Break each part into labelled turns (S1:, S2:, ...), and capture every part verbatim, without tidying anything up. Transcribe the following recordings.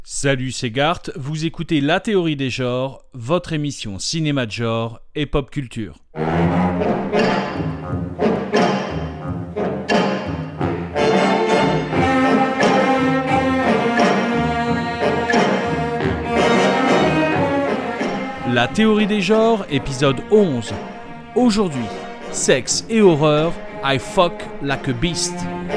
S1: Salut, c'est Gart, vous écoutez La Théorie des genres, votre émission cinéma de genre et pop culture. La Théorie des genres, épisode onze. Aujourd'hui, sexe et horreur, I fuck like a beast.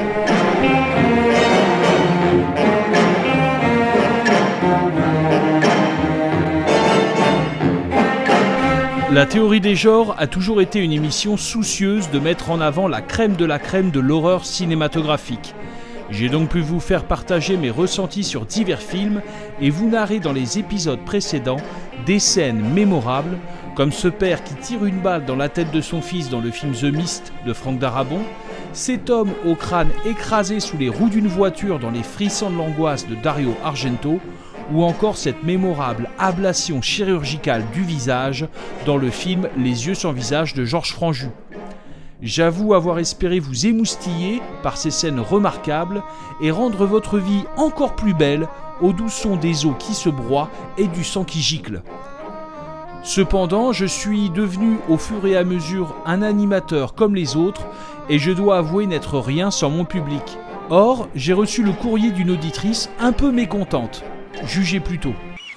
S1: La Théorie des genres a toujours été une émission soucieuse de mettre en avant la crème de la crème de l'horreur cinématographique. J'ai donc pu vous faire partager mes ressentis sur divers films et vous narrer dans les épisodes précédents des scènes mémorables, comme ce père qui tire une balle dans la tête de son fils dans le film The Mist de Franck Darabont, cet homme au crâne écrasé sous les roues d'une voiture dans Les Frissons de l'angoisse de Dario Argento, ou encore cette mémorable ablation chirurgicale du visage dans le film Les yeux sans visage de Georges Franju. J'avoue avoir espéré vous émoustiller par ces scènes remarquables et rendre votre vie encore plus belle au doux son des os qui se broient et du sang qui gicle. Cependant, je suis devenu au fur et à mesure un animateur comme les autres et je dois avouer n'être rien sans mon public. Or, j'ai reçu le courrier d'une auditrice un peu mécontente. Jugez plutôt.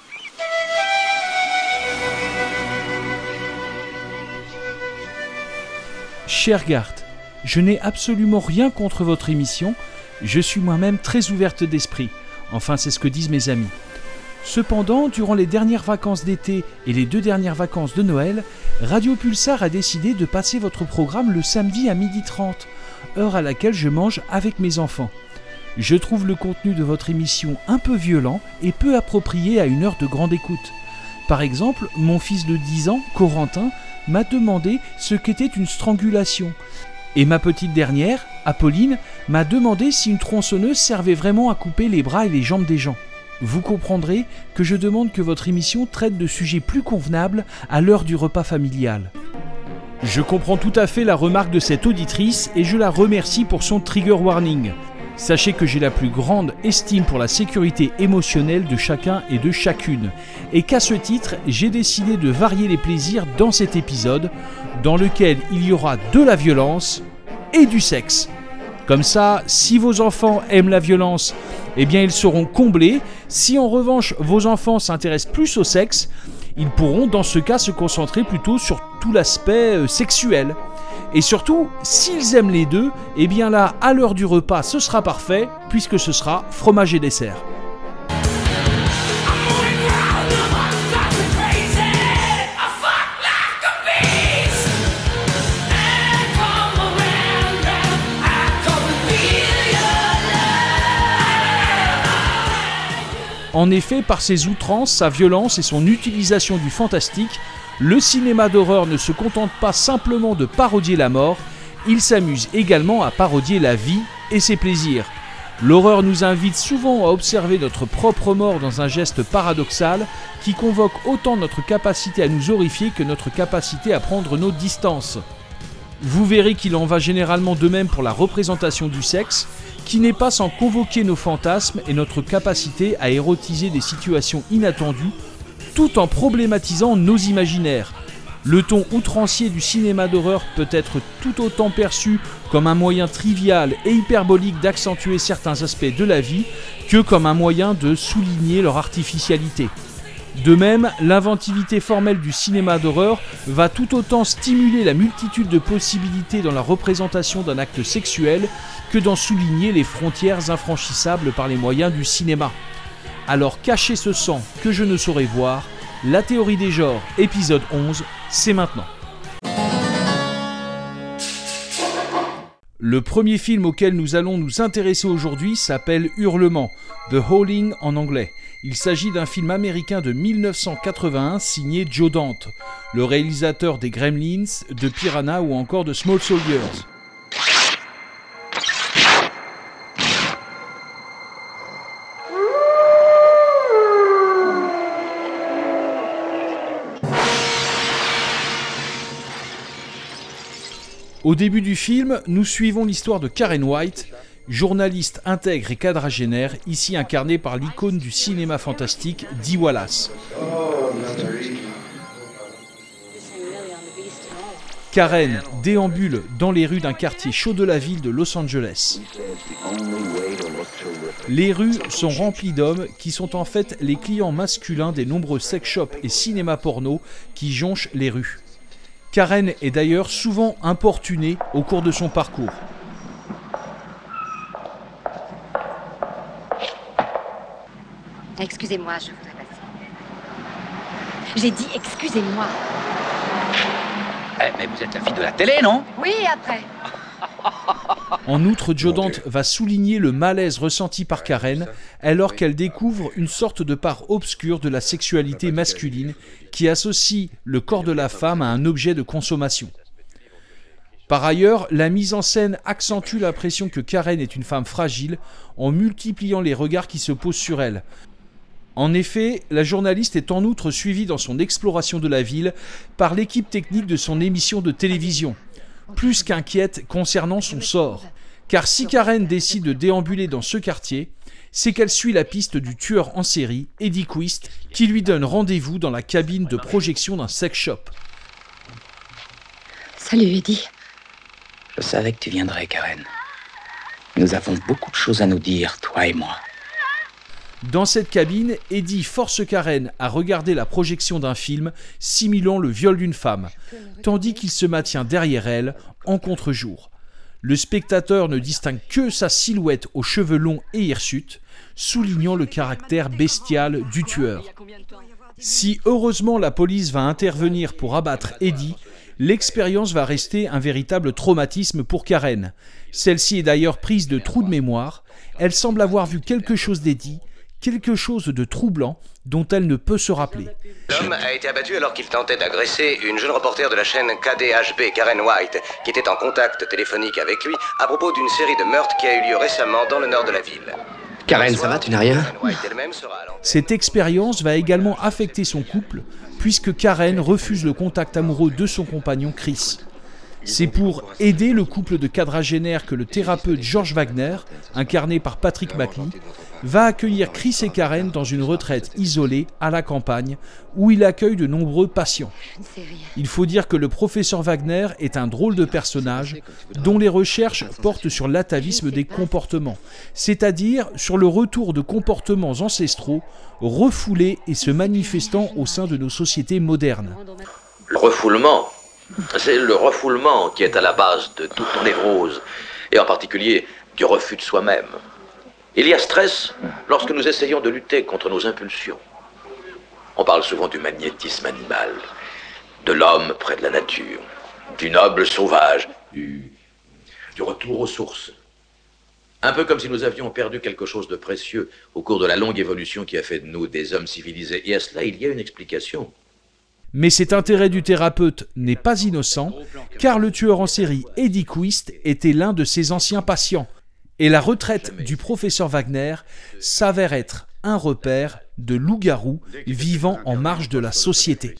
S1: Cher Gart, je n'ai absolument rien contre votre émission, je suis moi-même très ouverte d'esprit, enfin c'est ce que disent mes amis. Cependant, durant les dernières vacances d'été et les deux dernières vacances de Noël, Radio Pulsar a décidé de passer votre programme le samedi à midi trente, heure à laquelle je mange avec mes enfants. Je trouve le contenu de votre émission un peu violent et peu approprié à une heure de grande écoute. Par exemple, mon fils de dix ans, Corentin, m'a demandé ce qu'était une strangulation. Et ma petite dernière, Apolline, m'a demandé si une tronçonneuse servait vraiment à couper les bras et les jambes des gens. Vous comprendrez que je demande que votre émission traite de sujets plus convenables à l'heure du repas familial. Je comprends tout à fait la remarque de cette auditrice et je la remercie pour son trigger warning. Sachez que j'ai la plus grande estime pour la sécurité émotionnelle de chacun et de chacune, et qu'à ce titre, j'ai décidé de varier les plaisirs dans cet épisode, dans lequel il y aura de la violence et du sexe. Comme ça, si vos enfants aiment la violence, eh bien ils seront comblés. Si en revanche vos enfants s'intéressent plus au sexe, ils pourront dans ce cas se concentrer plutôt sur tout l'aspect euh, sexuel. Et surtout, s'ils aiment les deux, eh bien là, à l'heure du repas, ce sera parfait, puisque ce sera fromage et dessert. En effet, par ses outrances, sa violence et son utilisation du fantastique, le cinéma d'horreur ne se contente pas simplement de parodier la mort, il s'amuse également à parodier la vie et ses plaisirs. L'horreur nous invite souvent à observer notre propre mort dans un geste paradoxal qui convoque autant notre capacité à nous horrifier que notre capacité à prendre nos distances. Vous verrez qu'il en va généralement de même pour la représentation du sexe, qui n'est pas sans convoquer nos fantasmes et notre capacité à érotiser des situations inattendues, tout en problématisant nos imaginaires. Le ton outrancier du cinéma d'horreur peut être tout autant perçu comme un moyen trivial et hyperbolique d'accentuer certains aspects de la vie que comme un moyen de souligner leur artificialité. De même, l'inventivité formelle du cinéma d'horreur va tout autant stimuler la multitude de possibilités dans la représentation d'un acte sexuel que d'en souligner les frontières infranchissables par les moyens du cinéma. Alors cachez ce sang que je ne saurais voir, La Théorie des genres, épisode onze, c'est maintenant. Le premier film auquel nous allons nous intéresser aujourd'hui s'appelle Hurlement, The Howling en anglais. Il s'agit d'un film américain de dix-neuf cent quatre-vingt-un signé Joe Dante, le réalisateur des Gremlins, de Piranha ou encore de Small Soldiers. Au début du film, nous suivons l'histoire de Karen White, journaliste intègre et quadragénaire, ici incarné par l'icône du cinéma fantastique, Dee Wallace. Karen déambule dans les rues d'un quartier chaud de la ville de Los Angeles. Les rues sont remplies d'hommes qui sont en fait les clients masculins des nombreux sex shops et cinémas porno qui jonchent les rues. Karen est d'ailleurs souvent importunée au cours de son parcours.
S2: Excusez-moi, je voudrais passer. J'ai dit excusez-moi.
S3: Eh, mais vous êtes la fille de la télé, non?
S2: Oui, après.
S1: En outre, Joe Dante va souligner le malaise ressenti par Karen alors qu'elle découvre une sorte de part obscure de la sexualité masculine qui associe le corps de la femme à un objet de consommation. Par ailleurs, la mise en scène accentue l'impression que Karen est une femme fragile en multipliant les regards qui se posent sur elle. En effet, la journaliste est en outre suivie dans son exploration de la ville par l'équipe technique de son émission de télévision, plus qu'inquiète concernant son sort. Car si Karen décide de déambuler dans ce quartier, c'est qu'elle suit la piste du tueur en série, Eddie Quist, qui lui donne rendez-vous dans la cabine de projection d'un sex shop.
S2: Salut, Eddie.
S3: Je savais que tu viendrais, Karen. Nous avons beaucoup de choses à nous dire, toi et moi.
S1: Dans cette cabine, Eddie force Karen à regarder la projection d'un film simulant le viol d'une femme, tandis qu'il se maintient derrière elle, en contre-jour. Le spectateur ne distingue que sa silhouette aux cheveux longs et hirsutes, soulignant le caractère bestial du tueur. Si heureusement la police va intervenir pour abattre Eddie, l'expérience va rester un véritable traumatisme pour Karen. Celle-ci est d'ailleurs prise de trous de mémoire, elle semble avoir vu quelque chose d'Eddie, quelque chose de troublant dont elle ne peut se rappeler.
S4: L'homme a été abattu alors qu'il tentait d'agresser une jeune reporter de la chaîne K D H B, Karen White, qui était en contact téléphonique avec lui à propos d'une série de meurtres qui a eu lieu récemment dans le nord de la ville.
S5: Karen, ça va, tu n'as rien?
S1: Cette expérience va également affecter son couple, puisque Karen refuse le contact amoureux de son compagnon Chris. C'est pour aider le couple de quadragénaires que le thérapeute George Wagner, incarné par Patrick Macnee, va accueillir Chris et Karen dans une retraite isolée à la campagne, où il accueille de nombreux patients. Il faut dire que le professeur Wagner est un drôle de personnage dont les recherches portent sur l'atavisme des comportements, c'est-à-dire sur le retour de comportements ancestraux refoulés et se manifestant au sein de nos sociétés modernes.
S6: Le refoulement, c'est le refoulement qui est à la base de toute névrose, et en particulier du refus de soi-même. Il y a stress lorsque nous essayons de lutter contre nos impulsions. On parle souvent du magnétisme animal, de l'homme près de la nature, du noble sauvage, du, du retour aux sources. Un peu comme si nous avions perdu quelque chose de précieux au cours de la longue évolution qui a fait de nous des hommes civilisés. Et à cela, il y a une explication.
S1: Mais cet intérêt du thérapeute n'est pas innocent, car le tueur en série Eddie Quist était l'un de ses anciens patients. Et la retraite du professeur Wagner s'avère être un repère de loup-garou vivant en marge de la société.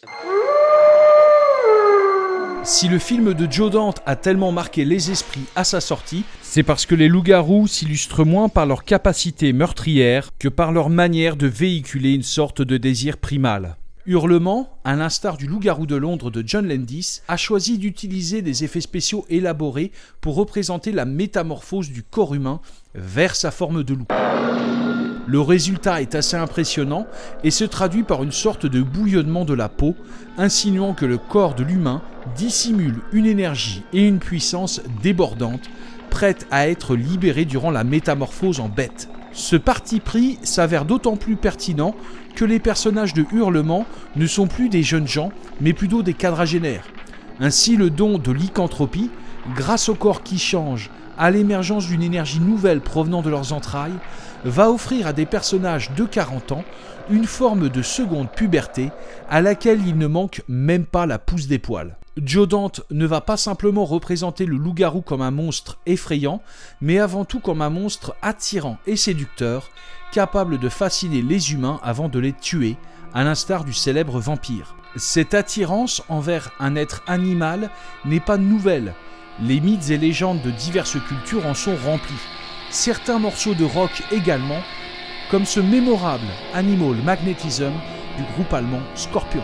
S1: Si le film de Joe Dante a tellement marqué les esprits à sa sortie, c'est parce que les loups-garous s'illustrent moins par leur capacité meurtrière que par leur manière de véhiculer une sorte de désir primal. Hurlement, à l'instar du loup-garou de Londres de John Landis, a choisi d'utiliser des effets spéciaux élaborés pour représenter la métamorphose du corps humain vers sa forme de loup. Le résultat est assez impressionnant et se traduit par une sorte de bouillonnement de la peau, insinuant que le corps de l'humain dissimule une énergie et une puissance débordantes, prêtes à être libérées durant la métamorphose en bête. Ce parti pris s'avère d'autant plus pertinent que les personnages de Hurlement ne sont plus des jeunes gens, mais plutôt des quadragénaires. Ainsi, le don de lycanthropie, grâce au corps qui change, à l'émergence d'une énergie nouvelle provenant de leurs entrailles, va offrir à des personnages de quarante ans une forme de seconde puberté à laquelle il ne manque même pas la pousse des poils. Joe Dante ne va pas simplement représenter le loup-garou comme un monstre effrayant, mais avant tout comme un monstre attirant et séducteur, capable de fasciner les humains avant de les tuer, à l'instar du célèbre vampire. Cette attirance envers un être animal n'est pas nouvelle. Les mythes et légendes de diverses cultures en sont remplis. certains morceaux de rock également, comme ce mémorable Animal Magnetism du groupe allemand Scorpion.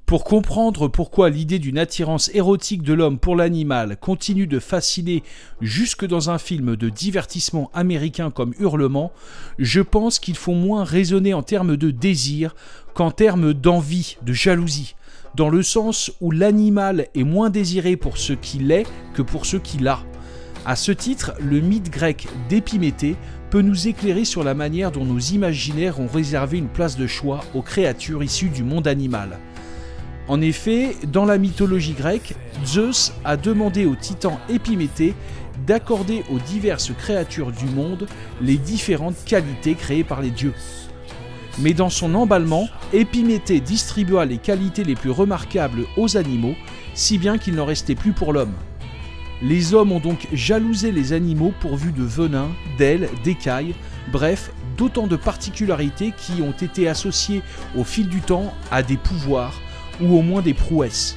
S1: Pour comprendre pourquoi l'idée d'une attirance érotique de l'homme pour l'animal continue de fasciner jusque dans un film de divertissement américain comme Hurlement, je pense qu'il faut moins raisonner en termes de désir qu'en termes d'envie, de jalousie, dans le sens où l'animal est moins désiré pour ce qu'il est que pour ce qu'il a. À ce titre, le mythe grec d'Épiméthée peut nous éclairer sur la manière dont nos imaginaires ont réservé une place de choix aux créatures issues du monde animal. En effet, dans la mythologie grecque, Zeus a demandé au titan Épiméthée d'accorder aux diverses créatures du monde les différentes qualités créées par les dieux. Mais dans son emballement, Épiméthée distribua les qualités les plus remarquables aux animaux, si bien qu'il n'en restait plus pour l'homme. Les hommes ont donc jalousé les animaux pourvus de venin, d'ailes, d'écailles, bref, d'autant de particularités qui ont été associées au fil du temps à des pouvoirs, ou au moins des prouesses.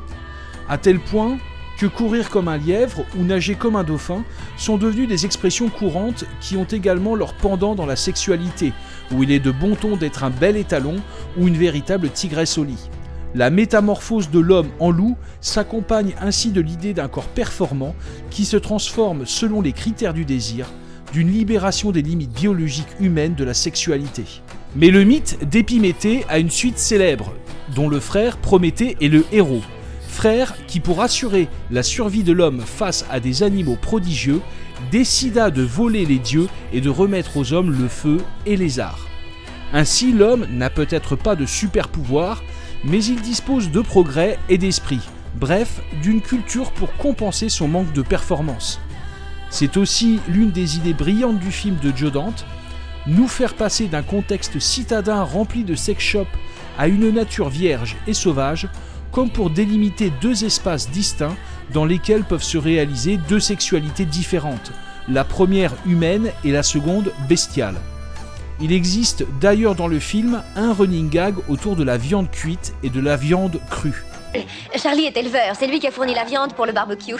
S1: À tel point que courir comme un lièvre ou nager comme un dauphin sont devenus des expressions courantes qui ont également leur pendant dans la sexualité, où il est de bon ton d'être un bel étalon ou une véritable tigresse au lit. La métamorphose de l'homme en loup s'accompagne ainsi de l'idée d'un corps performant qui se transforme selon les critères du désir, d'une libération des limites biologiques humaines de la sexualité. Mais le mythe d'Épiméthée a une suite célèbre, dont le frère Prométhée est le héros. Frère qui, pour assurer la survie de l'homme face à des animaux prodigieux, décida de voler les dieux et de remettre aux hommes le feu et les arts. Ainsi, l'homme n'a peut-être pas de super pouvoir, mais il dispose de progrès et d'esprit, bref, d'une culture pour compenser son manque de performance. C'est aussi l'une des idées brillantes du film de Joe Dante, nous faire passer d'un contexte citadin rempli de sex shops à une nature vierge et sauvage, comme pour délimiter deux espaces distincts dans lesquels peuvent se réaliser deux sexualités différentes, la première humaine et la seconde bestiale. Il existe d'ailleurs dans le film un running gag autour de la viande cuite et de la viande crue.
S2: Charlie est éleveur, c'est lui qui a fourni la viande pour le barbecue.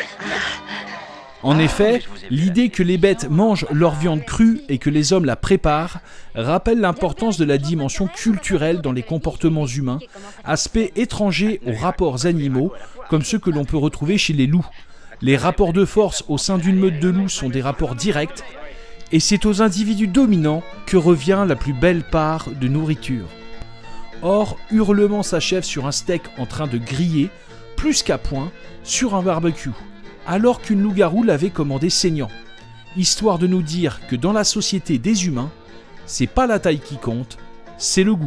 S1: En effet, l'idée que les bêtes mangent leur viande crue et que les hommes la préparent rappelle l'importance de la dimension culturelle dans les comportements humains, aspect étranger aux rapports animaux, comme ceux que l'on peut retrouver chez les loups. Les rapports de force au sein d'une meute de loups sont des rapports directs, et c'est aux individus dominants que revient la plus belle part de nourriture. Or, Hurlement s'achève sur un steak en train de griller, plus qu'à point, sur un barbecue, alors qu'une loup-garou l'avait commandé saignant, histoire de nous dire que dans la société des humains, c'est pas la taille qui compte, c'est le goût.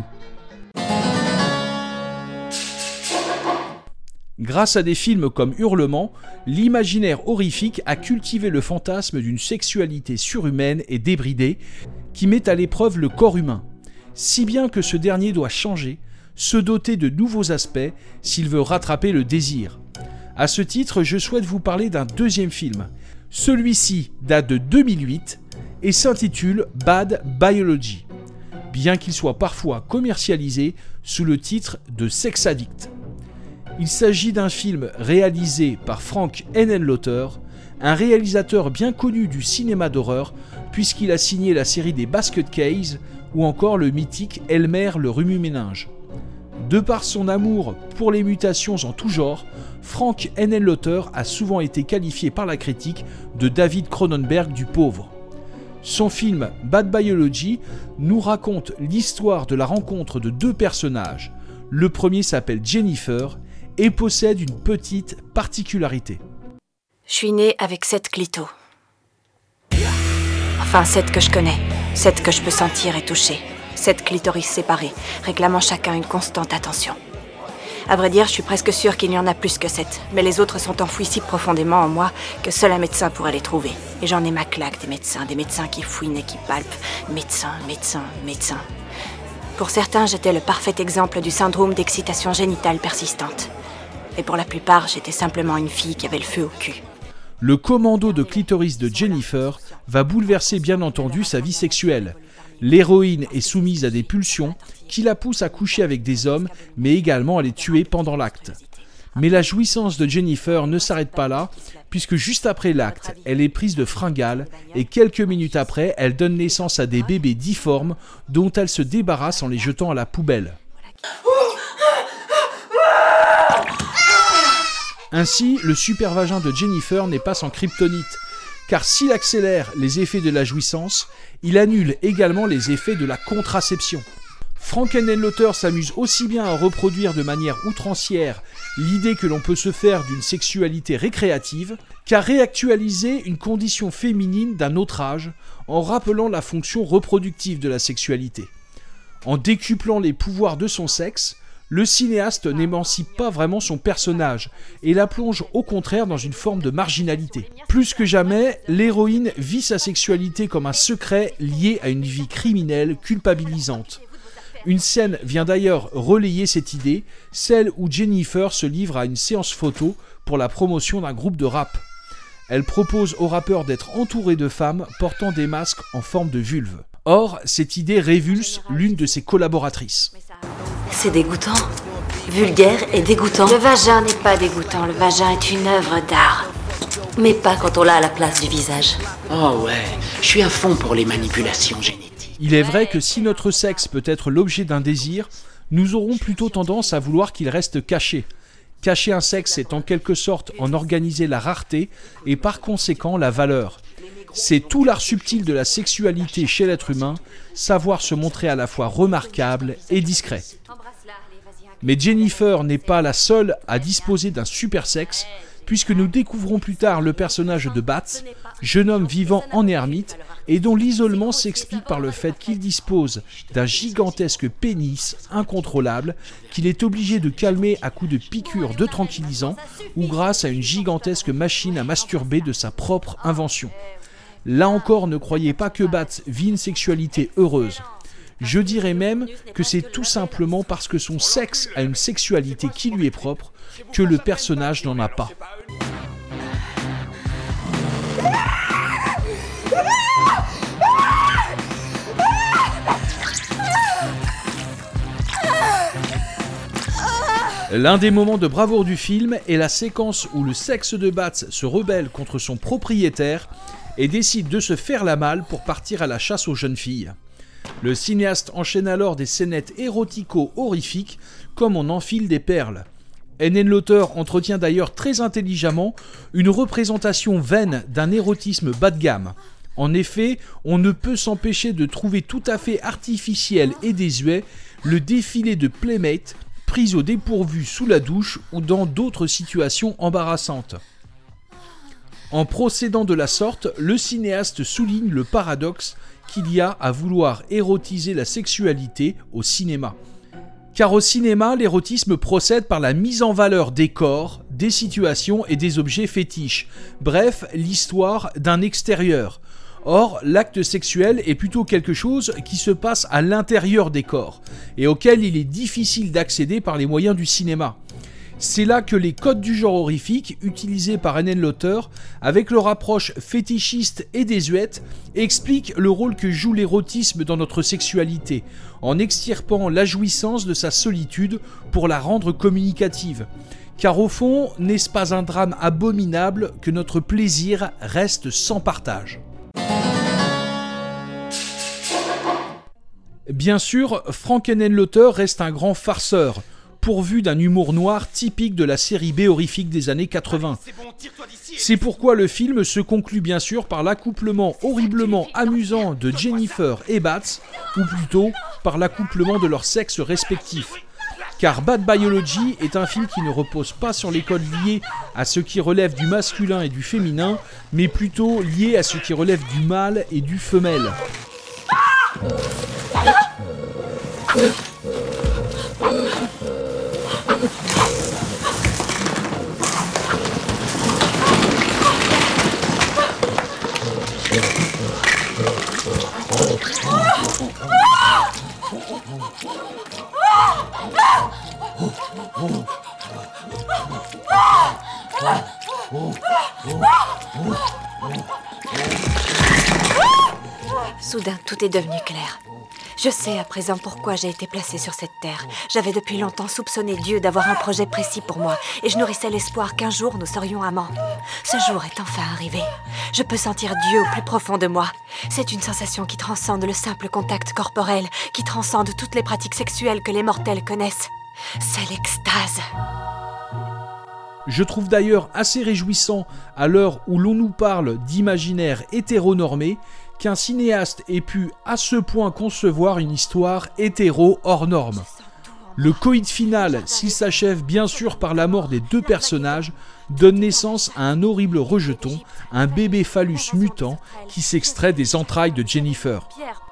S1: Grâce à des films comme Hurlement, l'imaginaire horrifique a cultivé le fantasme d'une sexualité surhumaine et débridée qui met à l'épreuve le corps humain, si bien que ce dernier doit changer, se doter de nouveaux aspects s'il veut rattraper le désir. À ce titre, je souhaite vous parler d'un deuxième film. Celui-ci date de deux mille huit et s'intitule Bad Biology, bien qu'il soit parfois commercialisé sous le titre de Sex Addict. Il s'agit d'un film réalisé par Frank Henenlotter, un réalisateur bien connu du cinéma d'horreur puisqu'il a signé la série des Basket Case ou encore le mythique Elmer le remue-ménage. De par son amour pour les mutations en tout genre, Frank Henenlotter a souvent été qualifié par la critique de David Cronenberg du pauvre. Son film Bad Biology nous raconte l'histoire de la rencontre de deux personnages. Le premier s'appelle Jennifer et possède une petite particularité.
S7: Je suis née avec sept clitos. Enfin, sept que je connais, sept que je peux sentir et toucher. Sept clitoris séparés, réclamant chacun une constante attention. À vrai dire, je suis presque sûre qu'il y en a plus que sept, mais les autres sont enfouis si profondément en moi que seul un médecin pourrait les trouver. Et j'en ai ma claque des médecins, des médecins qui fouinent et qui palpent. Médecins, médecins, médecins. Pour certains, j'étais le parfait exemple du syndrome d'excitation génitale persistante. Et pour la plupart, j'étais simplement une fille qui avait le feu au cul.
S1: Le commando de clitoris de Jennifer va bouleverser bien entendu sa vie sexuelle. L'héroïne est soumise à des pulsions qui la poussent à coucher avec des hommes, mais également à les tuer pendant l'acte. Mais la jouissance de Jennifer ne s'arrête pas là, puisque juste après l'acte, elle est prise de fringales et quelques minutes après, elle donne naissance à des bébés difformes dont elle se débarrasse en les jetant à la poubelle. Ainsi, le super vagin de Jennifer n'est pas sans kryptonite, car s'il accélère les effets de la jouissance, il annule également les effets de la contraception. Frankenenlotter s'amuse aussi bien à reproduire de manière outrancière l'idée que l'on peut se faire d'une sexualité récréative qu'à réactualiser une condition féminine d'un autre âge en rappelant la fonction reproductive de la sexualité. En décuplant les pouvoirs de son sexe, le cinéaste n'émancipe pas vraiment son personnage et la plonge au contraire dans une forme de marginalité. Plus que jamais, l'héroïne vit sa sexualité comme un secret lié à une vie criminelle culpabilisante. Une scène vient d'ailleurs relayer cette idée, celle où Jennifer se livre à une séance photo pour la promotion d'un groupe de rap. Elle propose au rappeur d'être entouré de femmes portant des masques en forme de vulve. Or, cette idée révulse l'une de ses collaboratrices.
S8: C'est dégoûtant, vulgaire et dégoûtant.
S7: Le vagin n'est pas dégoûtant, le vagin est une œuvre d'art.
S8: Mais pas quand on l'a à la place du visage.
S5: Oh ouais, je suis à fond pour les manipulations génétiques.
S1: Il est vrai que si notre sexe peut être l'objet d'un désir, nous aurons plutôt tendance à vouloir qu'il reste caché. Cacher un sexe, c'est en quelque sorte en organiser la rareté et par conséquent la valeur. C'est tout l'art subtil de la sexualité chez l'être humain, savoir se montrer à la fois remarquable et discret. Mais Jennifer n'est pas la seule à disposer d'un super sexe, puisque nous découvrons plus tard le personnage de Bats, jeune homme vivant en ermite, et dont l'isolement s'explique par le fait qu'il dispose d'un gigantesque pénis incontrôlable qu'il est obligé de calmer à coups de piqûres de tranquillisants ou grâce à une gigantesque machine à masturber de sa propre invention. Là encore, ne croyez pas que Bats vit une sexualité heureuse. Je dirais même que c'est tout simplement parce que son sexe a une sexualité qui lui est propre que le personnage n'en a pas. L'un des moments de bravoure du film est la séquence où le sexe de Bats se rebelle contre son propriétaire et décide de se faire la malle pour partir à la chasse aux jeunes filles. Le cinéaste enchaîne alors des scénettes érotico-horrifiques comme on enfile des perles. Henenlotter entretient d'ailleurs très intelligemment une représentation vaine d'un érotisme bas de gamme. En effet, on ne peut s'empêcher de trouver tout à fait artificiel et désuet le défilé de playmates pris au dépourvu sous la douche ou dans d'autres situations embarrassantes. En procédant de la sorte, le cinéaste souligne le paradoxe qu'il y a à vouloir érotiser la sexualité au cinéma. Car au cinéma, l'érotisme procède par la mise en valeur des corps, des situations et des objets fétiches, bref, l'histoire d'un extérieur. Or, l'acte sexuel est plutôt quelque chose qui se passe à l'intérieur des corps, et auquel il est difficile d'accéder par les moyens du cinéma. C'est là que les codes du genre horrifique, utilisés par Henenlotter, avec leur approche fétichiste et désuète, expliquent le rôle que joue l'érotisme dans notre sexualité, en extirpant la jouissance de sa solitude pour la rendre communicative. Car au fond, n'est-ce pas un drame abominable que notre plaisir reste sans partage ? Bien sûr, Frank Henenlotter reste un grand farceur, pourvu d'un humour noir typique de la série B horrifique des années quatre-vingts. C'est pourquoi le film se conclut bien sûr par l'accouplement horriblement amusant de Jennifer et Bats, ou plutôt par l'accouplement de leurs sexes respectifs. Car Bad Biology est un film qui ne repose pas sur les codes liés à ce qui relève du masculin et du féminin, mais plutôt liés à ce qui relève du mâle et du femelle.
S7: Soudain, tout est devenu clair. Je sais à présent pourquoi j'ai été placée sur cette terre. J'avais depuis longtemps soupçonné Dieu d'avoir un projet précis pour moi, et je nourrissais l'espoir qu'un jour nous serions amants. Ce jour est enfin arrivé. Je peux sentir Dieu au plus profond de moi. C'est une sensation qui transcende le simple contact corporel, qui transcende toutes les pratiques sexuelles que les mortels connaissent. C'est l'extase.
S1: Je trouve d'ailleurs assez réjouissant, à l'heure où l'on nous parle d'imaginaire hétéronormé, qu'un cinéaste ait pu à ce point concevoir une histoire hétéro hors norme. Le coït final, s'il s'achève bien sûr par la mort des deux personnages, donne naissance à un horrible rejeton, un bébé phallus mutant qui s'extrait des entrailles de Jennifer.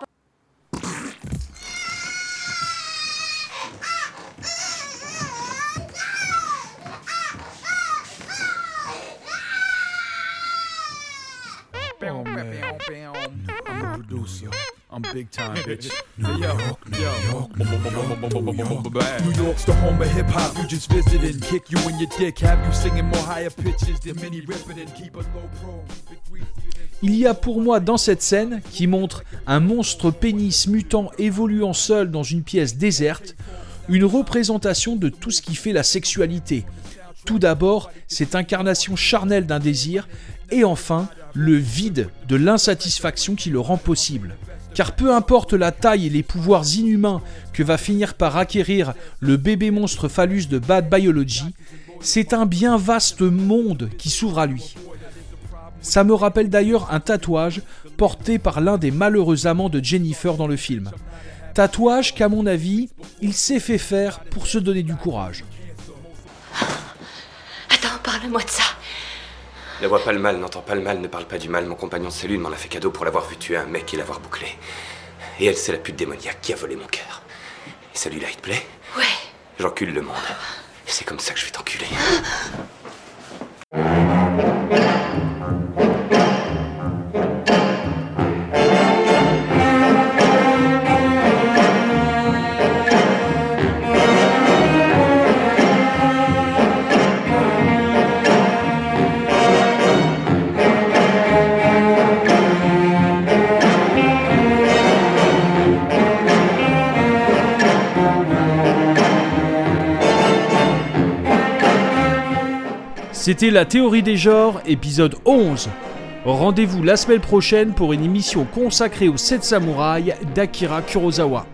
S9: I'm big time, bitch. New York, New York, New York's the home of hip hop. You just visited, kick you in your dick, have you singing more higher pitches than many ripping and keep a low pro.
S1: Il y a pour moi dans cette scène, qui montre un monstre pénis mutant évoluant seul dans une pièce déserte, une représentation de tout ce qui fait la sexualité. Tout d'abord, cette incarnation charnelle d'un désir, et enfin, le vide de l'insatisfaction qui le rend possible. Car peu importe la taille et les pouvoirs inhumains que va finir par acquérir le bébé monstre phallus de Bad Biology, c'est un bien vaste monde qui s'ouvre à lui. Ça me rappelle d'ailleurs un tatouage porté par l'un des malheureux amants de Jennifer dans le film. Tatouage qu'à mon avis, il s'est fait faire pour se donner du courage.
S8: Attends, parle-moi de ça.
S10: Ne vois pas le mal, n'entends pas le mal, ne parle pas du mal. Mon compagnon de cellule m'en a fait cadeau pour l'avoir vu tuer un mec et l'avoir bouclé. Et elle, c'est la pute démoniaque qui a volé mon cœur. Et celui-là, il te plaît?
S8: Ouais.
S10: J'encule le monde. Et c'est comme ça que je vais t'enculer.
S1: C'était La Théorie des genres, épisode onze. Rendez-vous la semaine prochaine pour une émission consacrée aux sept samouraïs d'Akira Kurosawa.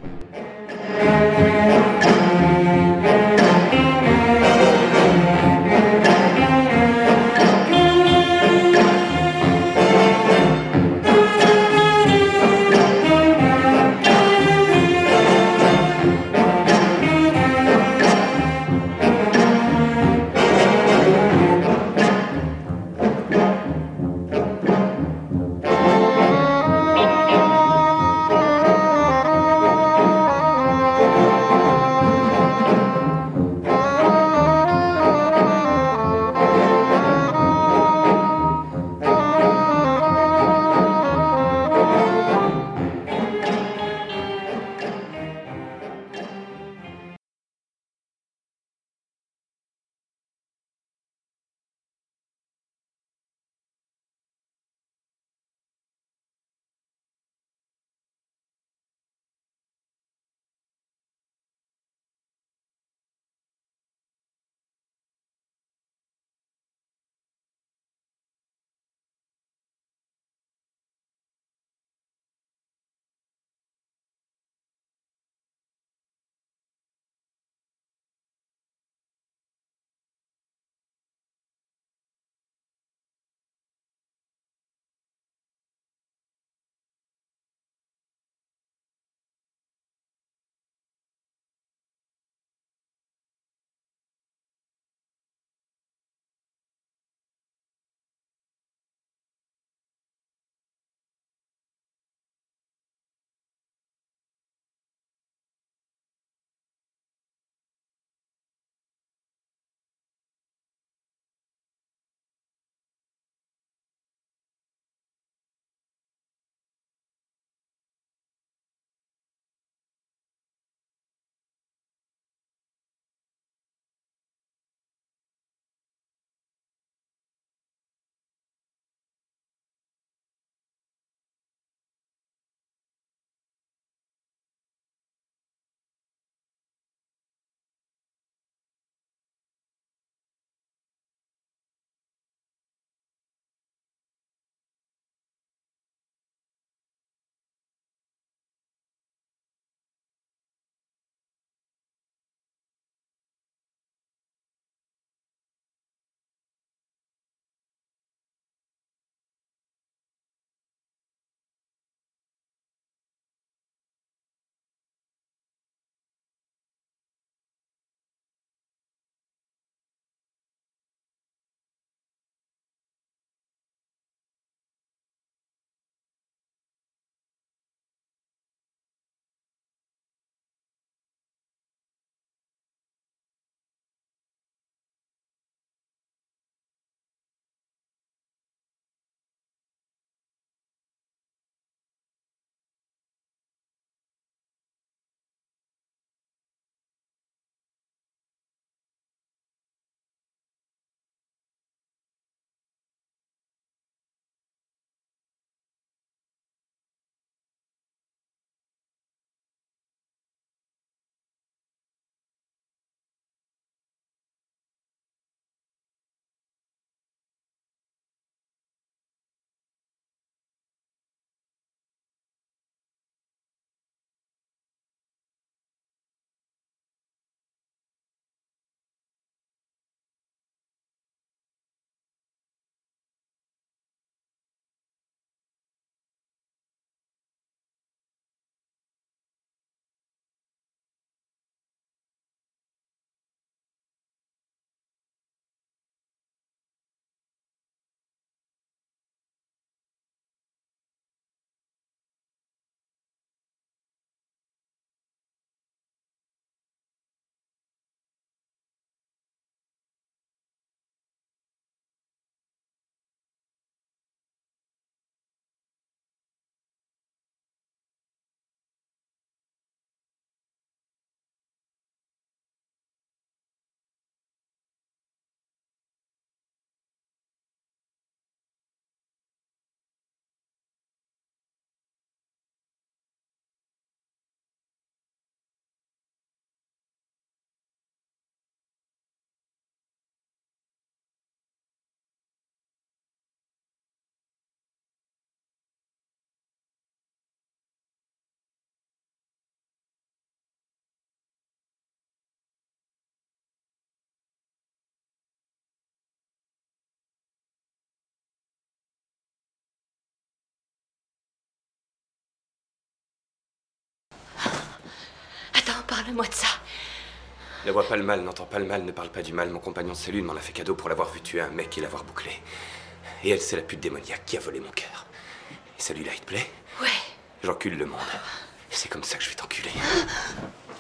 S8: Parle-moi de ça.
S10: Ne vois pas le mal, n'entends pas le mal, ne parle pas du mal. Mon compagnon de cellule m'en a fait cadeau pour l'avoir vu tuer un mec et l'avoir bouclé. Et elle, c'est la pute démoniaque qui a volé mon cœur. Et celui-là, il te plaît?
S8: Ouais.
S10: J'encule le monde. Et c'est comme ça que je vais t'enculer.